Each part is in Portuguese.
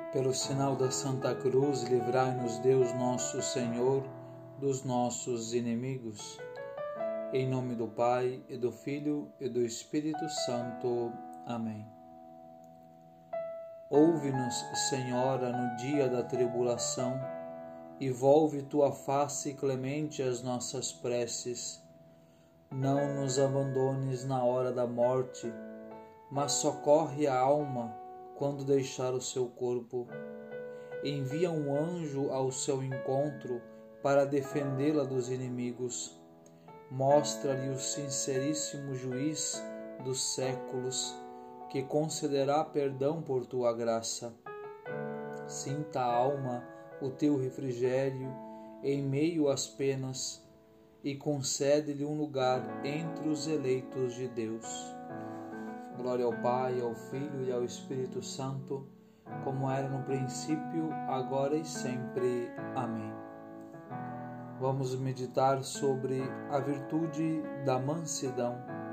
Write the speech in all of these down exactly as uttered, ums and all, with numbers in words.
Pelo sinal da Santa Cruz, livrai-nos Deus nosso Senhor dos nossos inimigos. Em nome do Pai, e do Filho, e do Espírito Santo. Amém. Ouve-nos, Senhora, no dia da tribulação, e volve tua face clemente às nossas preces. Não nos abandones na hora da morte, mas socorre a alma quando deixar o seu corpo. Envia um anjo ao seu encontro para defendê-la dos inimigos. Mostra-lhe o sinceríssimo juiz dos séculos, que concederá perdão por tua graça. Sinta a alma o teu refrigério em meio às penas e concede-lhe um lugar entre os eleitos de Deus. Glória ao Pai, ao Filho e ao Espírito Santo, como era no princípio, agora e sempre. Amém. Vamos meditar sobre a virtude da mansidão.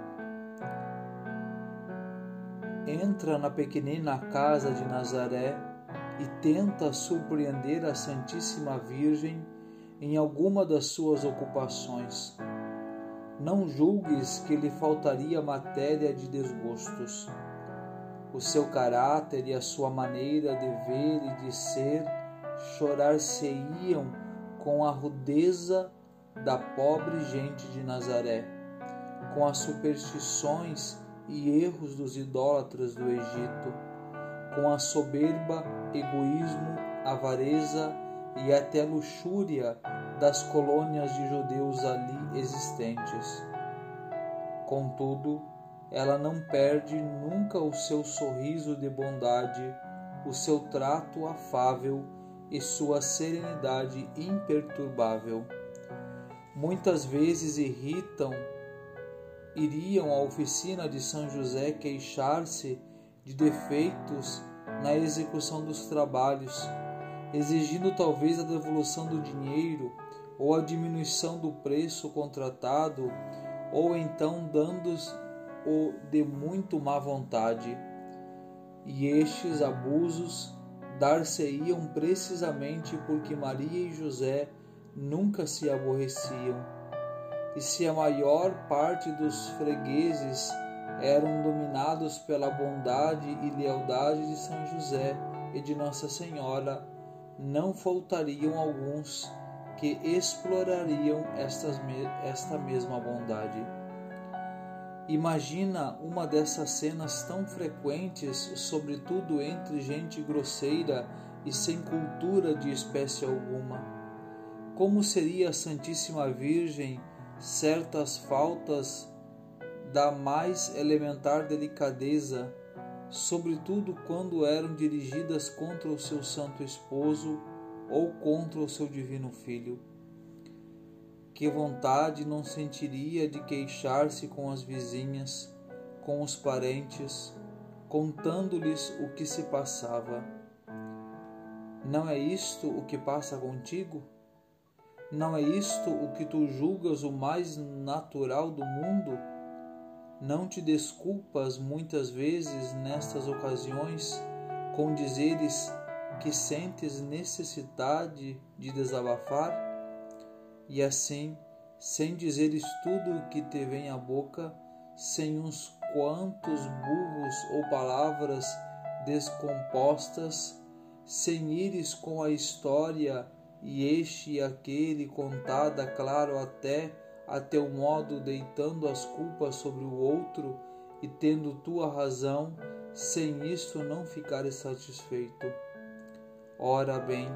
Entra na pequenina casa de Nazaré e tenta surpreender a Santíssima Virgem em alguma das suas ocupações. Não julgues que lhe faltaria matéria de desgostos. O seu caráter e a sua maneira de ver e de ser chorar-se-iam com a rudeza da pobre gente de Nazaré, com as superstições e erros dos idólatras do Egito, com a soberba, egoísmo, avareza e até luxúria das colônias de judeus ali existentes. Contudo, ela não perde nunca o seu sorriso de bondade, o seu trato afável e sua serenidade imperturbável. Muitas vezes irritam, iriam à oficina de São José queixar-se de defeitos na execução dos trabalhos, exigindo talvez a devolução do dinheiro ou a diminuição do preço contratado, ou então dando-o de muito má vontade. E estes abusos dar-se-iam precisamente porque Maria e José nunca se aborreciam. E se a maior parte dos fregueses eram dominados pela bondade e lealdade de São José e de Nossa Senhora, não faltariam alguns que explorariam estas, esta mesma bondade. Imagina uma dessas cenas tão frequentes, sobretudo entre gente grosseira e sem cultura de espécie alguma. Como seria a Santíssima Virgem certas faltas da mais elementar delicadeza, sobretudo quando eram dirigidas contra o seu santo esposo ou contra o seu divino filho? Que vontade não sentiria de queixar-se com as vizinhas, com os parentes, contando-lhes o que se passava? Não é isto o que passa contigo? Não é isto o que tu julgas o mais natural do mundo? Não te desculpas muitas vezes nestas ocasiões com dizeres que sentes necessidade de desabafar? E assim, sem dizeres tudo o que te vem à boca, sem uns quantos burros ou palavras descompostas, sem ires com a história e este e aquele contada claro até a teu modo, deitando as culpas sobre o outro e tendo tua razão, sem isto não ficares satisfeito. Ora bem,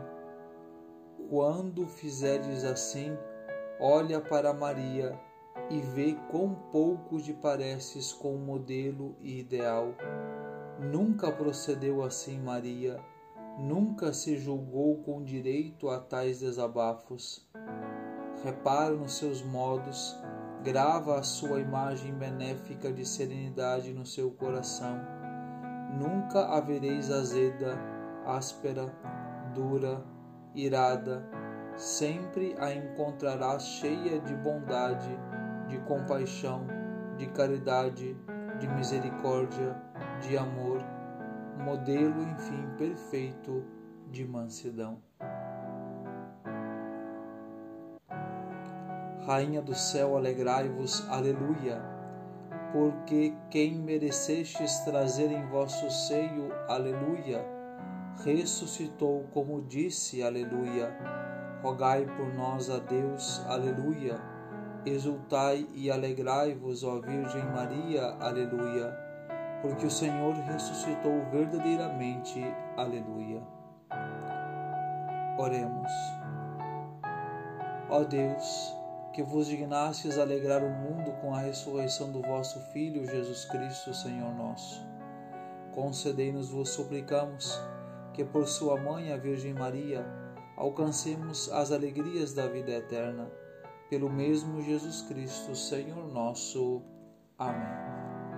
quando fizeres assim, olha para Maria e vê quão pouco te pareces com o modelo e ideal. Nunca procedeu assim Maria, nunca se julgou com direito a tais desabafos. Repara nos seus modos, grava a sua imagem benéfica de serenidade no seu coração. Nunca a vereis azeda, áspera, dura, irada. Sempre a encontrarás cheia de bondade, de compaixão, de caridade, de misericórdia, de amor. modelo, enfim, perfeito de mansidão. Rainha do céu, alegrai-vos, aleluia, porque quem merecestes trazer em vosso seio, aleluia, ressuscitou como disse, aleluia. Rogai por nós a Deus, aleluia. Exultai e alegrai-vos, ó Virgem Maria, aleluia, porque o Senhor ressuscitou verdadeiramente, aleluia. Oremos. Ó Deus, que vos dignastes alegrar o mundo com a ressurreição do vosso Filho, Jesus Cristo, Senhor nosso. Concedei-nos, vos suplicamos, que por sua mãe, a Virgem Maria, alcancemos as alegrias da vida eterna. Pelo mesmo Jesus Cristo, Senhor nosso. Amém.